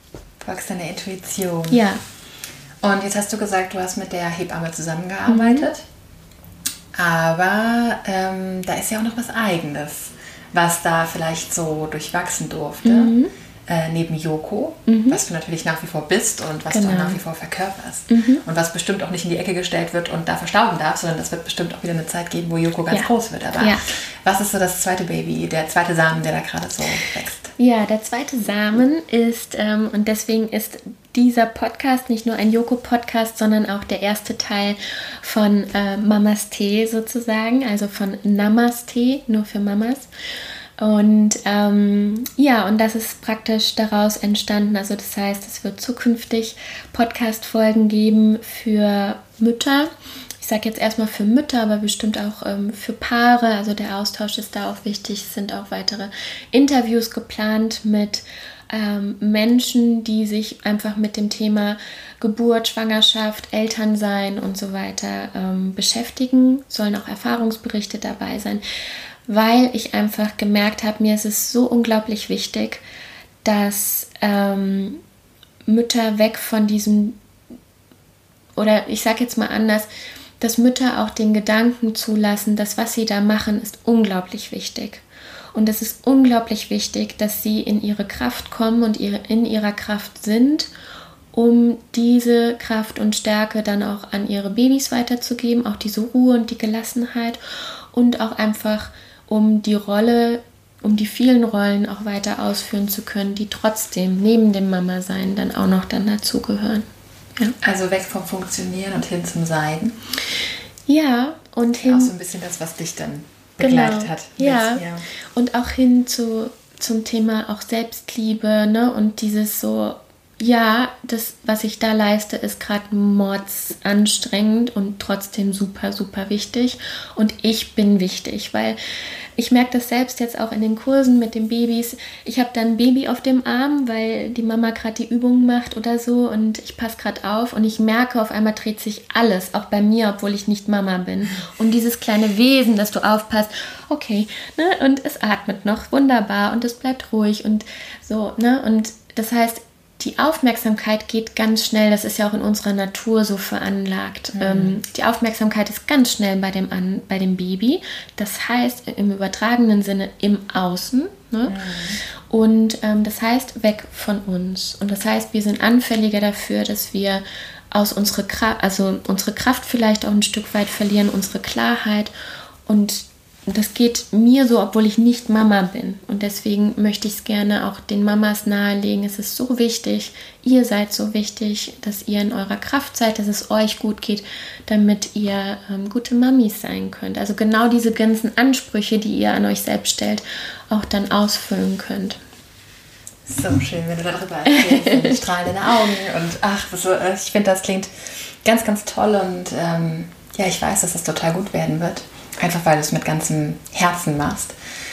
folgst deiner Intuition. Ja. Und jetzt hast du gesagt, du hast mit der Hebamme zusammengearbeitet. Mhm. Aber ähm, da ist ja auch noch was Eigenes, was da vielleicht so durchwachsen durfte. Mhm. Äh, neben Yoko, mhm. was du natürlich nach wie vor bist und was genau. du auch nach wie vor verkörperst. Mhm. Und was bestimmt auch nicht in die Ecke gestellt wird und da verstauben darf, sondern es wird bestimmt auch wieder eine Zeit geben, wo Yoko ganz ja. groß wird. Aber ja. was ist so das zweite Baby, der zweite Samen, der da gerade so wächst? Ja, der zweite Samen ist, ähm, und deswegen ist dieser Podcast nicht nur ein Yoko-Podcast, sondern auch der erste Teil von äh, Mamas Tee sozusagen, also von Namaste, nur für Mamas. Und ähm, ja, und das ist praktisch daraus entstanden. Also das heißt, es wird zukünftig Podcast-Folgen geben für Mütter. Ich sage jetzt erstmal für Mütter, aber bestimmt auch ähm, für Paare. Also der Austausch ist da auch wichtig. Es sind auch weitere Interviews geplant mit ähm, Menschen, die sich einfach mit dem Thema Geburt, Schwangerschaft, Elternsein und so weiter ähm, beschäftigen. Sollen auch Erfahrungsberichte dabei sein. Weil ich einfach gemerkt habe, mir ist es so unglaublich wichtig, dass ähm, Mütter weg von diesem, oder ich sage jetzt mal anders, dass Mütter auch den Gedanken zulassen, dass was sie da machen, ist unglaublich wichtig. Und es ist unglaublich wichtig, dass sie in ihre Kraft kommen und ihre, in ihrer Kraft sind, um diese Kraft und Stärke dann auch an ihre Babys weiterzugeben, auch diese Ruhe und die Gelassenheit und auch einfach um die Rolle, um die vielen Rollen auch weiter ausführen zu können, die trotzdem neben dem Mama-Sein dann auch noch dann dazugehören. Ja. Also weg vom Funktionieren und hin zum Sein. Ja, und hin... Auch so ein bisschen das, was dich dann begleitet genau, hat. Ja. ja, und auch hin zu, zum Thema auch Selbstliebe, ne? Und dieses so, ja, das, was ich da leiste, ist gerade mordsanstrengend und trotzdem super, super wichtig. Und ich bin wichtig, weil ich merke das selbst jetzt auch in den Kursen mit den Babys. Ich habe dann ein Baby auf dem Arm, weil die Mama gerade die Übung macht oder so und ich passe gerade auf und ich merke, auf einmal dreht sich alles, auch bei mir, obwohl ich nicht Mama bin. Und dieses kleine Wesen, dass du aufpasst, okay, ne? Und es atmet noch, wunderbar und es bleibt ruhig und so, ne? Und das heißt, die Aufmerksamkeit geht ganz schnell, das ist ja auch in unserer Natur so veranlagt. Mhm. Ähm, die Aufmerksamkeit ist ganz schnell bei dem, An, bei dem Baby, das heißt im übertragenen Sinne im Außen. Ne? Mhm. Und ähm, das heißt weg von uns. Und das heißt, wir sind anfälliger dafür, dass wir aus unserer Kraft, also unsere Kraft vielleicht auch ein Stück weit verlieren, unsere Klarheit. Und das geht mir so, obwohl ich nicht Mama bin. Und deswegen möchte ich es gerne auch den Mamas nahelegen. Es ist so wichtig, ihr seid so wichtig, dass ihr in eurer Kraft seid, dass es euch gut geht, damit ihr ähm, gute Mamis sein könnt. Also genau diese ganzen Ansprüche, die ihr an euch selbst stellt, auch dann ausfüllen könnt. So schön, wenn du darüber erzählst und strahlende Augen. Und ach, das, ich finde, das klingt ganz, ganz toll. Und ähm, ja, ich weiß, dass das total gut werden wird. Einfach weil du es mit ganzem Herzen machst.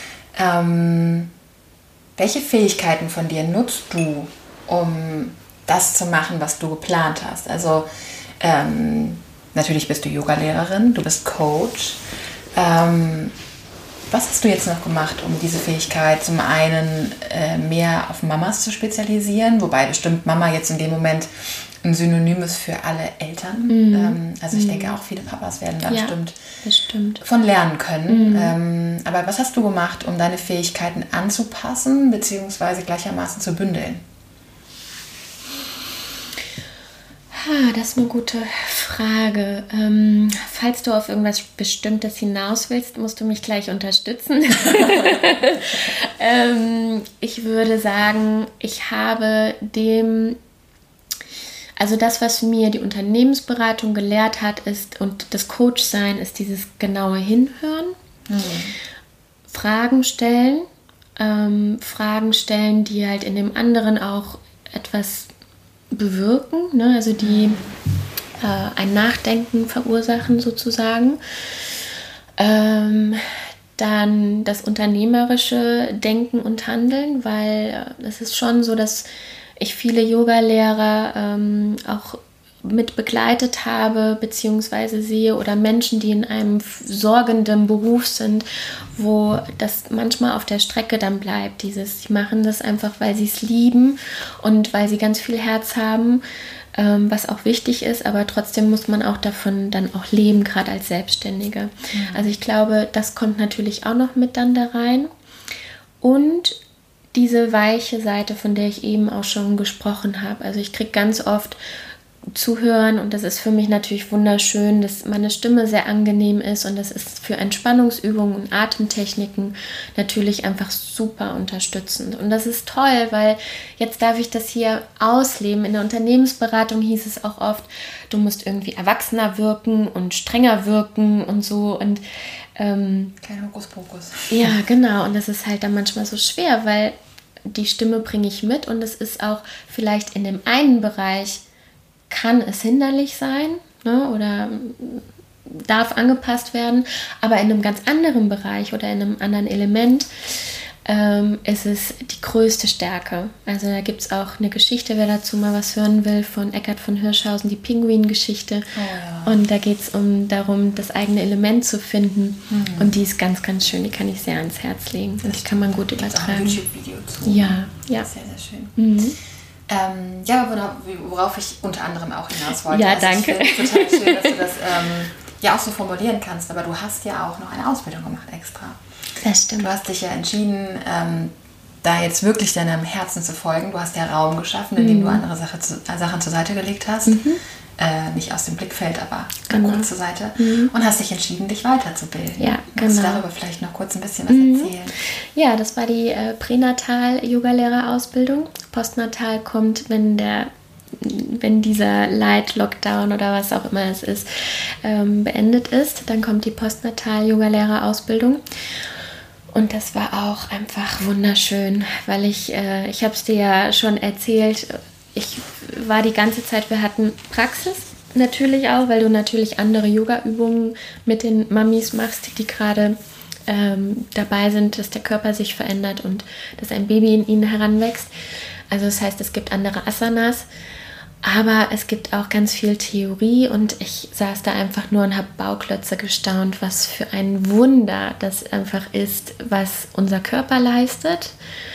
Ähm, welche Fähigkeiten von dir nutzt du, um das zu machen, was du geplant hast? Also ähm, natürlich bist du Yoga-Lehrerin, du bist Coach. Ähm, was hast du jetzt noch gemacht, um diese Fähigkeit zum einen äh, mehr auf Mamas zu spezialisieren? Wobei bestimmt Mama jetzt in dem Moment ein Synonym ist für alle Eltern. Mhm. Ähm, also ich mhm. denke auch viele Papas werden da ja, bestimmt, bestimmt von lernen können. Mhm. Ähm, aber was hast du gemacht, um deine Fähigkeiten anzupassen beziehungsweise gleichermaßen zu bündeln? Ah, das ist eine gute Frage. Ähm, falls du auf irgendwas Bestimmtes hinaus willst, musst du mich gleich unterstützen. ähm, ich würde sagen, ich habe dem... Also das, was mir die Unternehmensberatung gelehrt hat, ist, und das Coachsein ist dieses genaue Hinhören, mhm. Fragen stellen, ähm, Fragen stellen, die halt in dem anderen auch etwas bewirken, ne? Also die äh, ein Nachdenken verursachen sozusagen. Ähm, dann das unternehmerische Denken und Handeln, weil es ist schon so, dass ich viele Yoga-Lehrer ähm, auch mit begleitet habe beziehungsweise sehe oder Menschen, die in einem sorgenden Beruf sind, wo das manchmal auf der Strecke dann bleibt. Dieses, sie machen das einfach, weil sie es lieben und weil sie ganz viel Herz haben, ähm, was auch wichtig ist, aber trotzdem muss man auch davon dann auch leben, gerade als Selbstständige. Mhm. Also ich glaube, das kommt natürlich auch noch mit dann da rein. Und diese weiche Seite, von der ich eben auch schon gesprochen habe. Also ich kriege ganz oft zuhören und das ist für mich natürlich wunderschön, dass meine Stimme sehr angenehm ist und das ist für Entspannungsübungen und Atemtechniken natürlich einfach super unterstützend und das ist toll, weil jetzt darf ich das hier ausleben. In der Unternehmensberatung hieß es auch oft, du musst irgendwie erwachsener wirken und strenger wirken und so und ähm, kein Hokuspokus. Ja, genau und das ist halt dann manchmal so schwer, weil die Stimme bringe ich mit und es ist auch vielleicht in dem einen Bereich kann es hinderlich sein, ne, oder darf angepasst werden, aber in einem ganz anderen Bereich oder in einem anderen Element ähm, ist es die größte Stärke. Also da gibt es auch eine Geschichte, wer dazu mal was hören will, von Eckhard von Hirschhausen, die Pinguin-Geschichte. Oh ja. Und da geht es um darum, das eigene Element zu finden. Mhm. Und die ist ganz, ganz schön, die kann ich sehr ans Herz legen. Das, das kann man gut übertragen. Auch ein YouTube-Video zu. Ja, ja. Sehr, sehr schön. Mhm. Ähm, ja, worauf ich unter anderem auch hinaus wollte. Ja, also danke. Ich finde es total schön, dass du das ähm, ja auch so formulieren kannst, aber du hast ja auch noch eine Ausbildung gemacht extra. Das stimmt. Du hast dich ja entschieden, ähm, da jetzt wirklich deinem Herzen zu folgen. Du hast ja Raum geschaffen, indem mhm. du andere Sache zu, äh, Sachen zur Seite gelegt hast. Mhm. Äh, nicht aus dem Blickfeld, aber genau. kurz zur Seite. Mhm. Und hast dich entschieden, dich weiterzubilden. Ja, Kannst genau. du darüber vielleicht noch kurz ein bisschen was mhm. erzählen? Ja, das war die äh, Pränatal-Yoga-Lehrerausbildung. Postnatal kommt, wenn der wenn dieser Light-Lockdown oder was auch immer es ist, ähm, beendet ist. Dann kommt die Postnatal-Yoga-Lehrerausbildung. Und das war auch einfach wunderschön, weil ich, äh, ich habe es dir ja schon erzählt, ich war die ganze Zeit, wir hatten Praxis natürlich auch, weil du natürlich andere Yoga-Übungen mit den Mamis machst, die gerade ähm, dabei sind, dass der Körper sich verändert und dass ein Baby in ihnen heranwächst. Also das heißt, es gibt andere Asanas, aber es gibt auch ganz viel Theorie und ich saß da einfach nur und habe Bauklötze gestaunt, was für ein Wunder das einfach ist, was unser Körper leistet.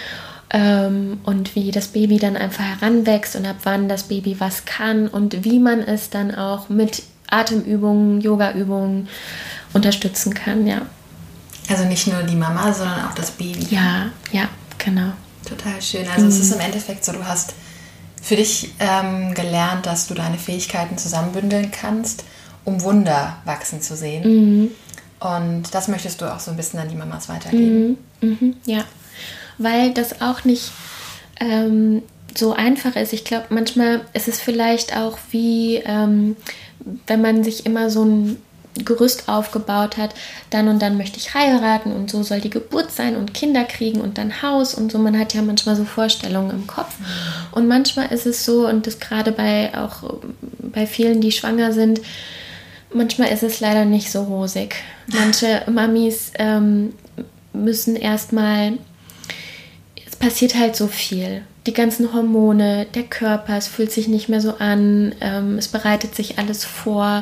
Ähm, und wie das Baby dann einfach heranwächst und ab wann das Baby was kann und wie man es dann auch mit Atemübungen, Yoga-Übungen unterstützen kann, ja. Also nicht nur die Mama, sondern auch das Baby. Ja, ja, genau. Total schön. Also mhm. es ist im Endeffekt so, du hast für dich ähm, gelernt, dass du deine Fähigkeiten zusammenbündeln kannst, um Wunder wachsen zu sehen. Mhm. Und das möchtest du auch so ein bisschen an die Mamas weitergeben. Mhm. Mhm. Ja. Weil das auch nicht ähm, so einfach ist. Ich glaube, manchmal ist es vielleicht auch wie, ähm, wenn man sich immer so ein Gerüst aufgebaut hat, dann und dann möchte ich heiraten und so soll die Geburt sein und Kinder kriegen und dann Haus und so. Man hat ja manchmal so Vorstellungen im Kopf. Und manchmal ist es so, und das gerade bei auch bei vielen, die schwanger sind, manchmal ist es leider nicht so rosig. Manche Mamis ähm, müssen erstmal, es passiert halt so viel. Die ganzen Hormone, der Körper, es fühlt sich nicht mehr so an, ähm, es bereitet sich alles vor.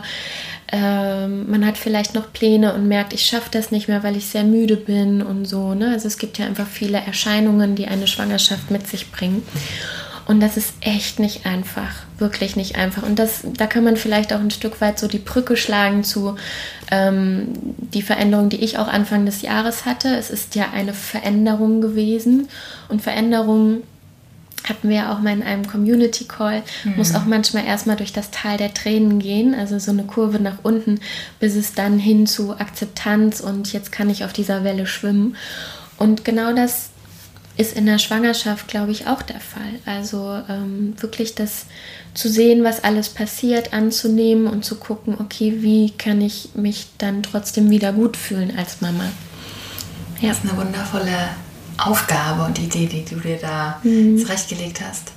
Ähm, man hat vielleicht noch Pläne und merkt, ich schaffe das nicht mehr, weil ich sehr müde bin und so. Ne? Also es gibt ja einfach viele Erscheinungen, die eine Schwangerschaft mit sich bringen. Und das ist echt nicht einfach, wirklich nicht einfach. Und das, da kann man vielleicht auch ein Stück weit so die Brücke schlagen zu ähm, die Veränderung, die ich auch Anfang des Jahres hatte. Es ist ja eine Veränderung gewesen und Veränderung hatten wir ja auch mal in einem Community-Call, mhm. muss auch manchmal erstmal durch das Tal der Tränen gehen, also so eine Kurve nach unten, bis es dann hin zu Akzeptanz und jetzt kann ich auf dieser Welle schwimmen. Und genau das ist in der Schwangerschaft, glaube ich, auch der Fall. Also ähm, wirklich das zu sehen, was alles passiert, anzunehmen und zu gucken, okay, wie kann ich mich dann trotzdem wieder gut fühlen als Mama. Ja. Das ist eine wundervolle Aufgabe und Idee, die du dir da mhm. zurechtgelegt hast.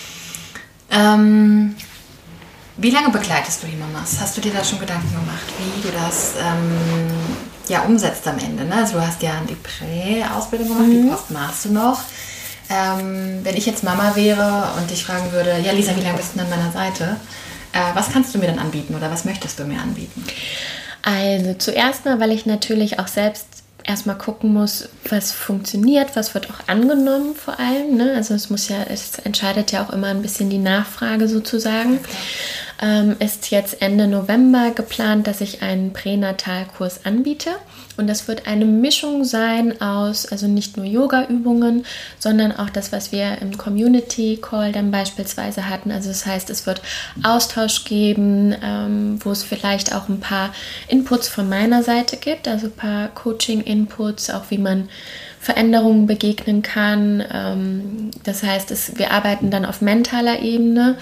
Ähm, wie lange begleitest du die Mamas? Hast du dir da schon Gedanken gemacht, wie du das ähm, ja, umsetzt am Ende? Ne? Also du hast ja die Prä-Ausbildung gemacht, mhm. die Post machst du noch. Ähm, wenn ich jetzt Mama wäre und dich fragen würde, ja Lisa, wie lange bist du an meiner Seite? Äh, was kannst du mir dann anbieten oder was möchtest du mir anbieten? Also zuerst mal, weil ich natürlich auch selbst erstmal gucken muss, was funktioniert, was wird auch angenommen vor allem. Ne? Also es muss ja, es entscheidet ja auch immer ein bisschen die Nachfrage sozusagen. Okay. Ähm, ist jetzt Ende November geplant, dass ich einen Pränatalkurs anbiete. Und das wird eine Mischung sein aus, also nicht nur Yoga-Übungen, sondern auch das, was wir im Community-Call dann beispielsweise hatten. Also das heißt, es wird Austausch geben, ähm, wo es vielleicht auch ein paar Inputs von meiner Seite gibt, also ein paar Coaching-Inputs, auch wie man Veränderungen begegnen kann. Ähm, das heißt, es, wir arbeiten dann auf mentaler Ebene.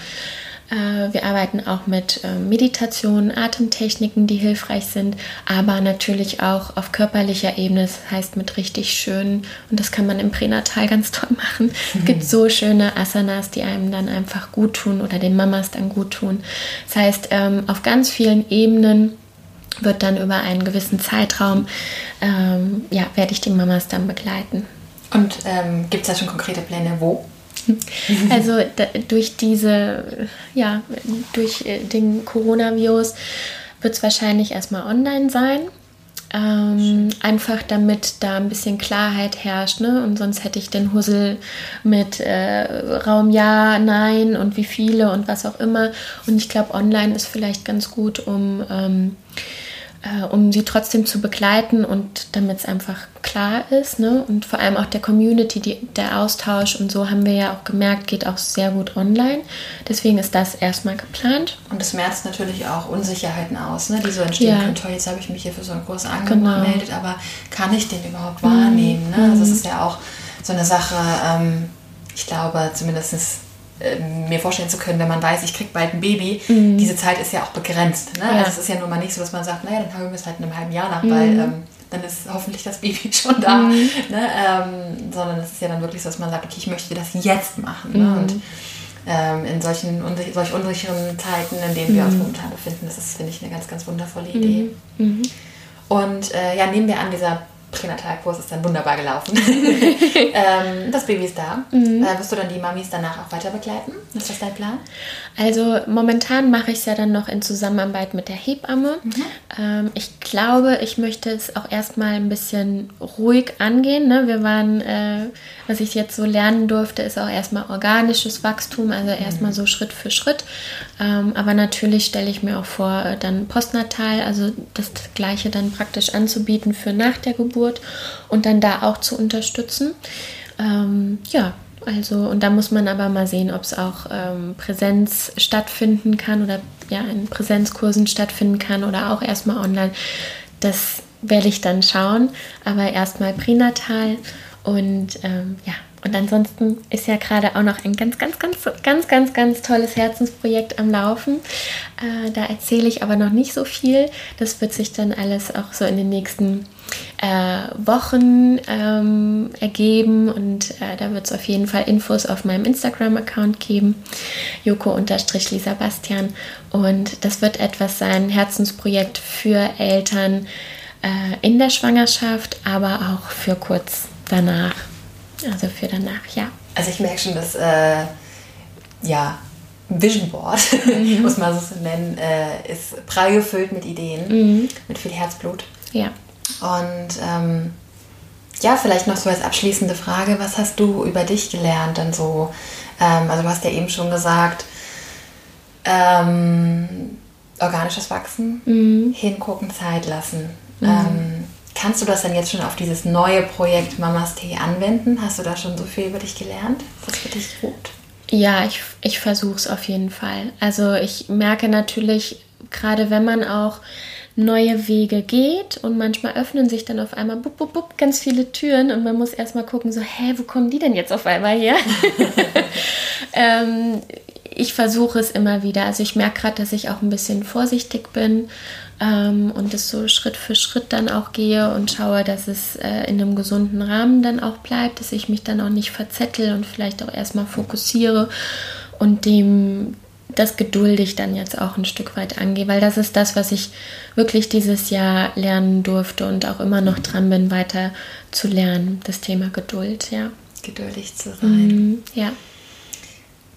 Wir arbeiten auch mit Meditationen, Atemtechniken, die hilfreich sind, aber natürlich auch auf körperlicher Ebene, das heißt mit richtig schönen, und das kann man im Pränatal ganz toll machen. Mhm. Es gibt so schöne Asanas, die einem dann einfach gut tun oder den Mamas dann gut tun. Das heißt, auf ganz vielen Ebenen wird dann über einen gewissen Zeitraum, ähm, ja, werde ich die Mamas dann begleiten. Und ähm, gibt es da schon konkrete Pläne, wo? Also da, durch diese, ja, durch den Coronavirus wird es wahrscheinlich erstmal online sein. Ähm, einfach damit da ein bisschen Klarheit herrscht, ne? Und sonst hätte ich den Hussel mit äh, Raum ja, nein und wie viele und was auch immer. Und ich glaube, online ist vielleicht ganz gut, um ähm, äh, um sie trotzdem zu begleiten und damit es einfach klar ist, ne? Und vor allem auch der Community, die, der Austausch und so haben wir ja auch gemerkt, geht auch sehr gut online. Deswegen ist das erstmal geplant. Und es merzt natürlich auch Unsicherheiten aus, ne? Die so entstehen Ja. können. Toll, jetzt habe ich mich hier für so einen Kurs angemeldet, genau. Aber kann ich den überhaupt wahrnehmen? Ne? Also es ist ja auch so eine Sache, ähm, ich glaube zumindest mir vorstellen zu können, wenn man weiß, ich kriege bald ein Baby, mhm. diese Zeit ist ja auch begrenzt. Ne? Ja. Also es ist ja nun mal nicht so, dass man sagt, naja, dann haben wir es halt in einem halben Jahr nach, mhm. weil ähm, dann ist hoffentlich das Baby schon da. Mhm. Ne? Ähm, sondern es ist ja dann wirklich so, dass man sagt, okay, ich möchte das jetzt machen. Mhm. Ne? Und ähm, in solchen solch unsicheren Zeiten, in denen wir mhm. uns momentan befinden, das ist, finde ich, eine ganz, ganz wundervolle Idee. Mhm. Und äh, ja, nehmen wir an, dieser Pränatalkurs ist dann wunderbar gelaufen. ähm, das Baby ist da. Mhm. Äh, wirst du dann die Mamis danach auch weiter begleiten? Ist das dein Plan? Also momentan mache ich es ja dann noch in Zusammenarbeit mit der Hebamme. Mhm. Ähm, ich glaube, ich möchte es auch erstmal ein bisschen ruhig angehen. Ne? Wir waren, äh, was ich jetzt so lernen durfte, ist auch erstmal organisches Wachstum, also erstmal mhm. so Schritt für Schritt. Ähm, aber natürlich stelle ich mir auch vor, dann postnatal, also das Gleiche dann praktisch anzubieten für nach der Geburt. Und dann da auch zu unterstützen. Ähm, ja, also und da muss man aber mal sehen, ob es auch ähm, Präsenz stattfinden kann oder ja, in Präsenzkursen stattfinden kann oder auch erstmal online. Das werde ich dann schauen, aber erstmal pränatal und ähm, ja. Und ansonsten ist ja gerade auch noch ein ganz, ganz, ganz, ganz, ganz, ganz tolles Herzensprojekt am Laufen. Äh, da erzähle ich aber noch nicht so viel. Das wird sich dann alles auch so in den nächsten äh, Wochen ähm, ergeben. Und äh, da wird es auf jeden Fall Infos auf meinem Instagram-Account geben. Joko-Lisa Bastian. Und das wird etwas sein, Herzensprojekt für Eltern äh, in der Schwangerschaft, aber auch für kurz danach. Also für danach, ja. Also ich merke schon, dass äh, ja, Vision Board, mhm. muss man so nennen, äh, ist prall gefüllt mit Ideen, mhm. mit viel Herzblut. Ja. Und ähm, ja, vielleicht noch so als abschließende Frage, was hast du über dich gelernt? Dann so, ähm, also du hast ja eben schon gesagt, ähm, organisches Wachsen, mhm. hingucken, Zeit lassen. Mhm. Ähm, Kannst du das denn jetzt schon auf dieses neue Projekt Mamas Tee anwenden? Hast du da schon so viel über dich gelernt, was für dich gut? Ja, ich, ich versuche es auf jeden Fall. Also ich merke natürlich, gerade wenn man auch neue Wege geht und manchmal öffnen sich dann auf einmal bup, bup, bup, ganz viele Türen und man muss erstmal gucken, so, hä, wo kommen die denn jetzt auf einmal her? ähm, ich versuche es immer wieder. Also ich merke gerade, dass ich auch ein bisschen vorsichtig bin ähm, und es so Schritt für Schritt dann auch gehe und schaue, dass es äh, in einem gesunden Rahmen dann auch bleibt, dass ich mich dann auch nicht verzettel und vielleicht auch erstmal fokussiere und dem das geduldig dann jetzt auch ein Stück weit angehe, weil das ist das, was ich wirklich dieses Jahr lernen durfte und auch immer noch dran bin, weiter zu lernen, das Thema Geduld, ja. Geduldig zu sein. Mhm, ja.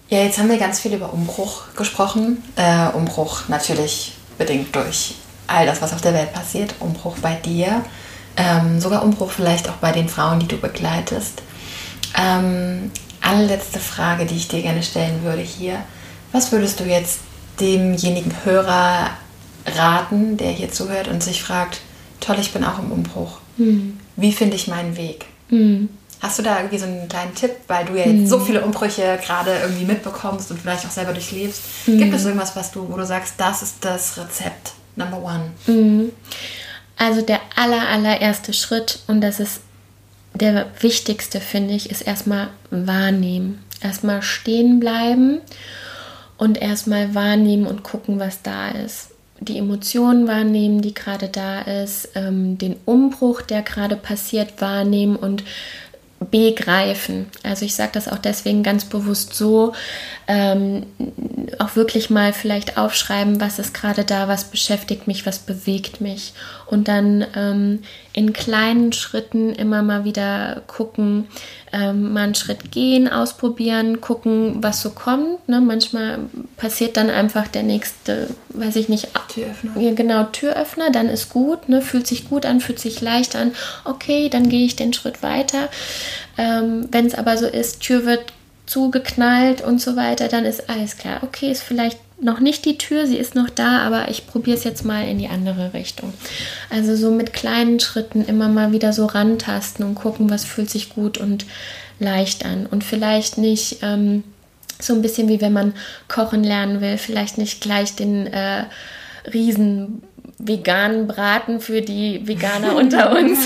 Ja, jetzt haben wir ganz viel über Umbruch gesprochen. Äh, Umbruch natürlich bedingt durch all das, was auf der Welt passiert. Umbruch bei dir. Ähm, sogar Umbruch vielleicht auch bei den Frauen, die du begleitest. Ähm, allerletzte Frage, die ich dir gerne stellen würde hier. Was würdest du jetzt demjenigen Hörer raten, der hier zuhört und sich fragt, toll, ich bin auch im Umbruch. Mhm. Wie finde ich meinen Weg? Mhm. Hast du da irgendwie so einen kleinen Tipp, weil du ja jetzt mhm. so viele Umbrüche gerade irgendwie mitbekommst und vielleicht auch selber durchlebst? Mhm. Gibt es irgendwas, was du, wo du sagst, das ist das Rezept Number One? Mhm. Also der aller, allererste Schritt, und das ist der wichtigste, finde ich, ist erstmal wahrnehmen. Erstmal stehen bleiben und erstmal wahrnehmen und gucken, was da ist. Die Emotionen wahrnehmen, die gerade da ist, ähm, den Umbruch, der gerade passiert, wahrnehmen und begreifen. Also ich sage das auch deswegen ganz bewusst so, ähm, auch wirklich mal vielleicht aufschreiben, was ist gerade da, was beschäftigt mich, was bewegt mich, und dann ähm, in kleinen Schritten immer mal wieder gucken, ähm, mal einen Schritt gehen, ausprobieren, gucken, was so kommt. Ne? Manchmal passiert dann einfach der nächste, weiß ich nicht, Türöffner. Ja, genau, Türöffner, dann ist gut, ne? Fühlt sich gut an, fühlt sich leicht an, okay, dann gehe ich den Schritt weiter. Ähm, wenn es aber so ist, Tür wird zugeknallt und so weiter, dann ist alles klar. Okay, ist vielleicht noch nicht die Tür, sie ist noch da, aber ich probiere es jetzt mal in die andere Richtung. Also so mit kleinen Schritten immer mal wieder so rantasten und gucken, was fühlt sich gut und leicht an. Und vielleicht nicht ähm, so ein bisschen wie wenn man kochen lernen will, vielleicht nicht gleich den äh, riesen veganen Braten für die Veganer unter uns.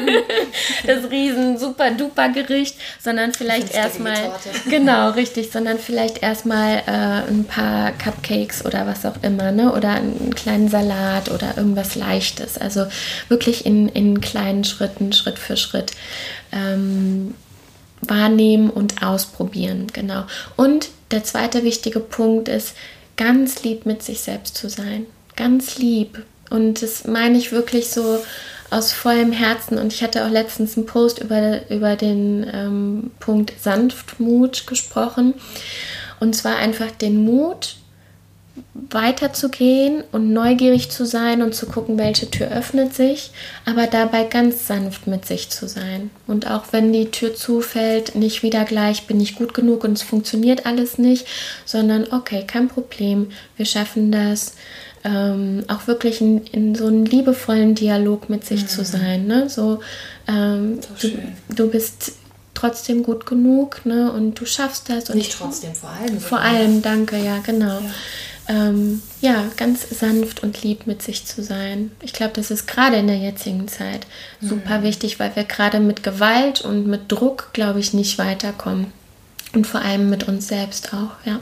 Das riesen super duper Gericht, sondern vielleicht erstmal, genau, richtig, sondern vielleicht erstmal äh, ein paar Cupcakes oder was auch immer, ne? Oder einen kleinen Salat oder irgendwas Leichtes. Also wirklich in, in kleinen Schritten, Schritt für Schritt ähm, wahrnehmen und ausprobieren, genau. Und der zweite wichtige Punkt ist, ganz lieb mit sich selbst zu sein. Ganz lieb. Und das meine ich wirklich so aus vollem Herzen. Und ich hatte auch letztens einen Post über, über den ähm, Punkt Sanftmut gesprochen. Und zwar einfach den Mut, weiterzugehen und neugierig zu sein und zu gucken, welche Tür öffnet sich, aber dabei ganz sanft mit sich zu sein. Und auch wenn die Tür zufällt, nicht wieder gleich, bin ich gut genug und es funktioniert alles nicht, sondern okay, kein Problem, wir schaffen das. Ähm, auch wirklich in, in so einem liebevollen Dialog mit sich mhm. zu sein. Ne? So, ähm, so du, du bist trotzdem gut genug, ne? Und du schaffst das. Und nicht trotzdem, vor allem. Vor allem, danke, ja, genau. Ja. Ähm, ja, ganz sanft und lieb mit sich zu sein. Ich glaube, das ist gerade in der jetzigen Zeit super mhm. wichtig, weil wir gerade mit Gewalt und mit Druck, glaube ich, nicht weiterkommen. Und vor allem mit uns selbst auch, ja.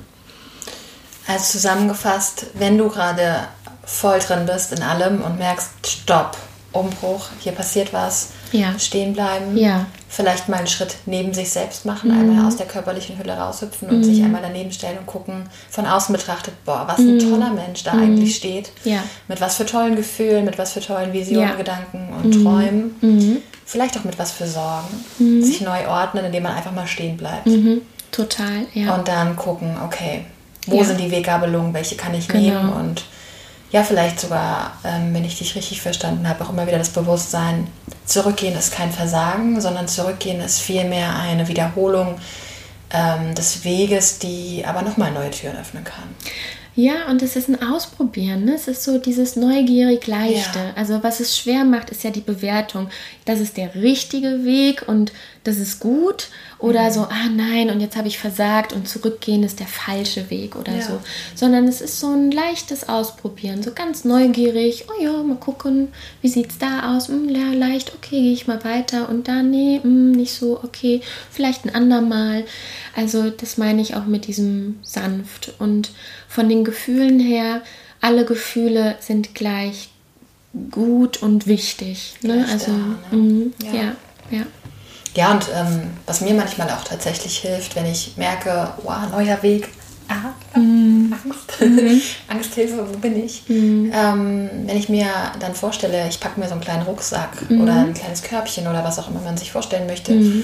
Also zusammengefasst, wenn du gerade voll drin bist in allem und merkst, stopp, Umbruch, hier passiert was, ja. stehen bleiben, ja. vielleicht mal einen Schritt neben sich selbst machen, mhm. einmal aus der körperlichen Hülle raushüpfen und mhm. sich einmal daneben stellen und gucken, von außen betrachtet, boah, was ein mhm. toller Mensch da mhm. eigentlich steht, ja. mit was für tollen Gefühlen, mit was für tollen Visionen, ja. Gedanken und mhm. Träumen, mhm. vielleicht auch mit was für Sorgen, mhm. sich neu ordnen, indem man einfach mal stehen bleibt. Mhm. Total, ja. Und dann gucken, okay, wo ja. sind die Weggabelungen, welche kann ich genau. nehmen, und ja, vielleicht sogar, ähm, wenn ich dich richtig verstanden habe, auch immer wieder das Bewusstsein, zurückgehen ist kein Versagen, sondern zurückgehen ist vielmehr eine Wiederholung ähm, des Weges, die aber nochmal neue Türen öffnen kann. Ja, und es ist ein Ausprobieren, ne? Es ist so dieses neugierig Leichte. Ja. Also was es schwer macht, ist ja die Bewertung. Das ist der richtige Weg und das ist gut. Oder mhm. so, ah nein, und jetzt habe ich versagt und zurückgehen ist der falsche Weg oder ja. so. Sondern es ist so ein leichtes Ausprobieren, so ganz neugierig. Oh ja, mal gucken, wie sieht es da aus? Hm, ja, leicht, okay, gehe ich mal weiter. Und da, nee, hm, nicht so, okay, vielleicht ein andermal. Also das meine ich auch mit diesem sanft. Und von den Gefühlen her, alle Gefühle sind gleich gut und wichtig. Ne? Gleich also, da, ne? mh, ja. ja, ja. Ja, und ähm, was mir manchmal auch tatsächlich hilft, wenn ich merke, wow, neuer Weg, ah, mm. Angst, Mhm. Angsthilfe, wo bin ich? Mm. Ähm, wenn ich mir dann vorstelle, ich packe mir so einen kleinen Rucksack mm. oder ein kleines Körbchen oder was auch immer man sich vorstellen möchte, mm.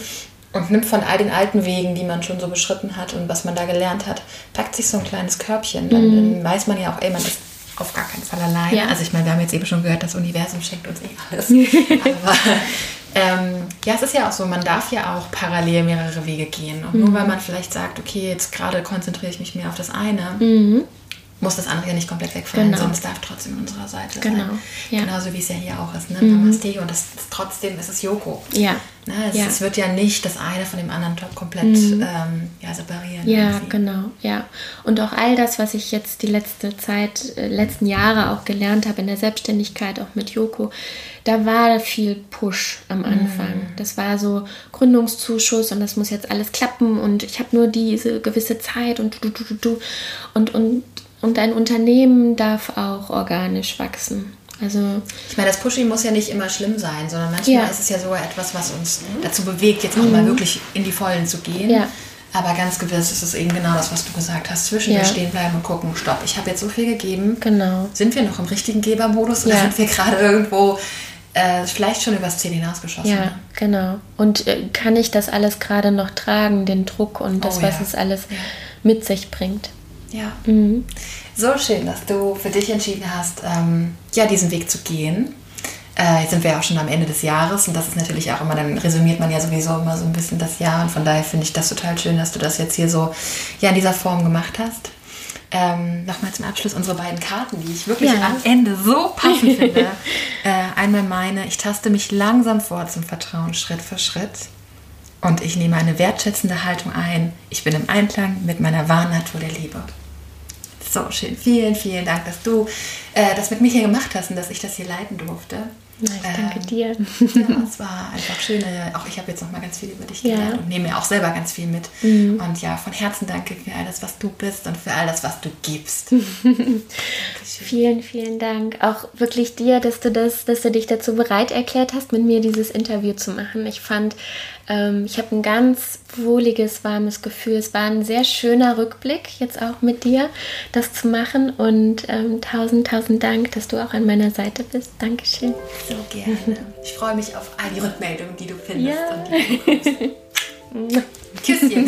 und nimmt von all den alten Wegen, die man schon so beschritten hat und was man da gelernt hat, packt sich so ein kleines Körbchen. Dann, mhm. dann weiß man ja auch, ey, man ist auf gar keinen Fall allein. Ja. Also ich meine, wir haben jetzt eben schon gehört, das Universum schenkt uns eh alles. Aber ähm, ja, es ist ja auch so, man darf ja auch parallel mehrere Wege gehen. Und mhm. nur weil man vielleicht sagt, okay, jetzt gerade konzentriere ich mich mehr auf das eine, mhm. muss das andere ja nicht komplett wegfallen, genau. sondern es darf trotzdem an unserer Seite genau. sein. Ja. Genauso wie es ja hier auch ist, ne? Mhm. Namaste, und das, das trotzdem ist es Yoko. Ja. Ne? Es, ja. es wird ja nicht das eine von dem anderen Job komplett mhm. ähm, ja, separieren. Ja, irgendwie. genau. Ja. Und auch all das, was ich jetzt die letzte Zeit, äh, letzten Jahre auch gelernt habe in der Selbstständigkeit, auch mit Yoko, da war viel Push am Anfang. Mhm. Das war so Gründungszuschuss und das muss jetzt alles klappen und ich habe nur diese gewisse Zeit und du, du, du, du. Und, und, und ein Unternehmen darf auch organisch wachsen. Also ich meine, das Pushy muss ja nicht immer schlimm sein, sondern manchmal ja. ist es ja sogar etwas, was uns dazu bewegt, jetzt auch mhm. mal wirklich in die Vollen zu gehen. Ja. Aber ganz gewiss ist es eben genau das, was du gesagt hast. Zwischendurch ja. stehen bleiben und gucken, stopp, ich habe jetzt so viel gegeben. Genau. Sind wir noch im richtigen Gebermodus oder ja. sind wir gerade irgendwo äh, vielleicht schon übers Ziel hinausgeschossen? Ja, ne? genau. Und äh, kann ich das alles gerade noch tragen, den Druck und das, oh, was ja. es alles ja. mit sich bringt? Ja. Mhm. So schön, dass du für dich entschieden hast, ähm, ja, diesen Weg zu gehen. Äh, jetzt sind wir ja auch schon am Ende des Jahres und das ist natürlich auch immer, dann resümiert man ja sowieso immer so ein bisschen das Jahr und von daher finde ich das total schön, dass du das jetzt hier so ja, in dieser Form gemacht hast. Ähm, Nochmal zum Abschluss unsere beiden Karten, die ich wirklich ja. am Ende so passend finde. Äh, einmal meine, ich taste mich langsam vor zum Vertrauen, Schritt für Schritt. Und ich nehme eine wertschätzende Haltung ein. Ich bin im Einklang mit meiner wahren Natur der Liebe. So schön. Vielen, vielen Dank, dass du äh, das mit mir hier gemacht hast und dass ich das hier leiten durfte. Na, ich danke ähm, dir. Ja, es war einfach schön. Auch ich habe jetzt noch mal ganz viel über dich gelernt ja. und nehme mir auch selber ganz viel mit. Mhm. Und ja, von Herzen danke für all das, was du bist und für all das, was du gibst. Vielen, vielen Dank. Auch wirklich dir, dass du das, dass du dich dazu bereit erklärt hast, mit mir dieses Interview zu machen. Ich fand, ähm, ich habe ein ganz wohliges, warmes Gefühl. Es war ein sehr schöner Rückblick, jetzt auch mit dir, das zu machen. Und ähm, tausend, tausend Dank, dass du auch an meiner Seite bist. Dankeschön. So gerne. Ich freue mich auf all die Rückmeldungen, die du findest ja. und die du bekommst. Küsschen.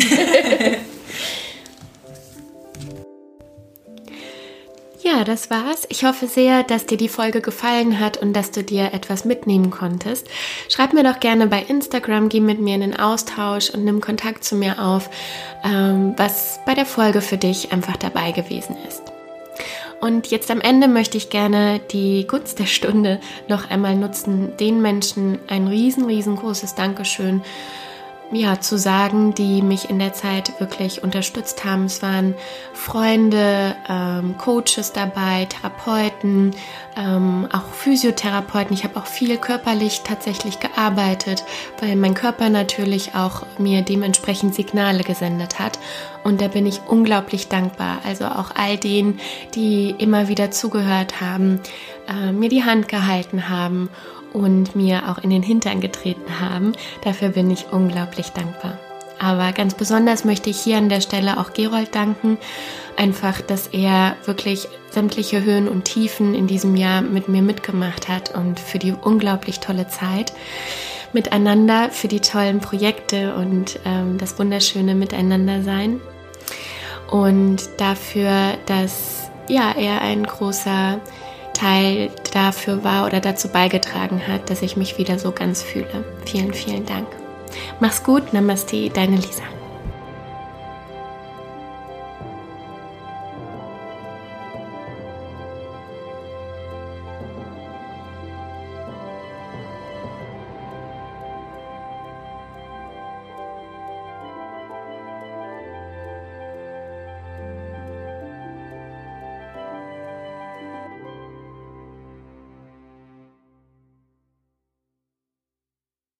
Ja, das war's. Ich hoffe sehr, dass dir die Folge gefallen hat und dass du dir etwas mitnehmen konntest. Schreib mir doch gerne bei Instagram, geh mit mir in den Austausch und nimm Kontakt zu mir auf, ähm, was bei der Folge für dich einfach dabei gewesen ist. Und jetzt am Ende möchte ich gerne die Gunst der Stunde noch einmal nutzen, den Menschen ein riesen, riesengroßes Dankeschön ja, zu sagen, die mich in der Zeit wirklich unterstützt haben. Es waren Freunde, ähm, Coaches dabei, Therapeuten, ähm, auch Physiotherapeuten. Ich habe auch viel körperlich tatsächlich gearbeitet, weil mein Körper natürlich auch mir dementsprechend Signale gesendet hat. Und da bin ich unglaublich dankbar. Also auch all denen, die immer wieder zugehört haben, äh, mir die Hand gehalten haben und mir auch in den Hintern getreten haben. Dafür bin ich unglaublich dankbar. Aber ganz besonders möchte ich hier an der Stelle auch Gerold danken. Einfach, dass er wirklich sämtliche Höhen und Tiefen in diesem Jahr mit mir mitgemacht hat und für die unglaublich tolle Zeit miteinander, für die tollen Projekte und ähm, das wunderschöne Miteinandersein. Und dafür, dass ja, er ein großer Teil dafür war oder dazu beigetragen hat, dass ich mich wieder so ganz fühle. Vielen, vielen Dank. Mach's gut. Namaste, deine Lisa.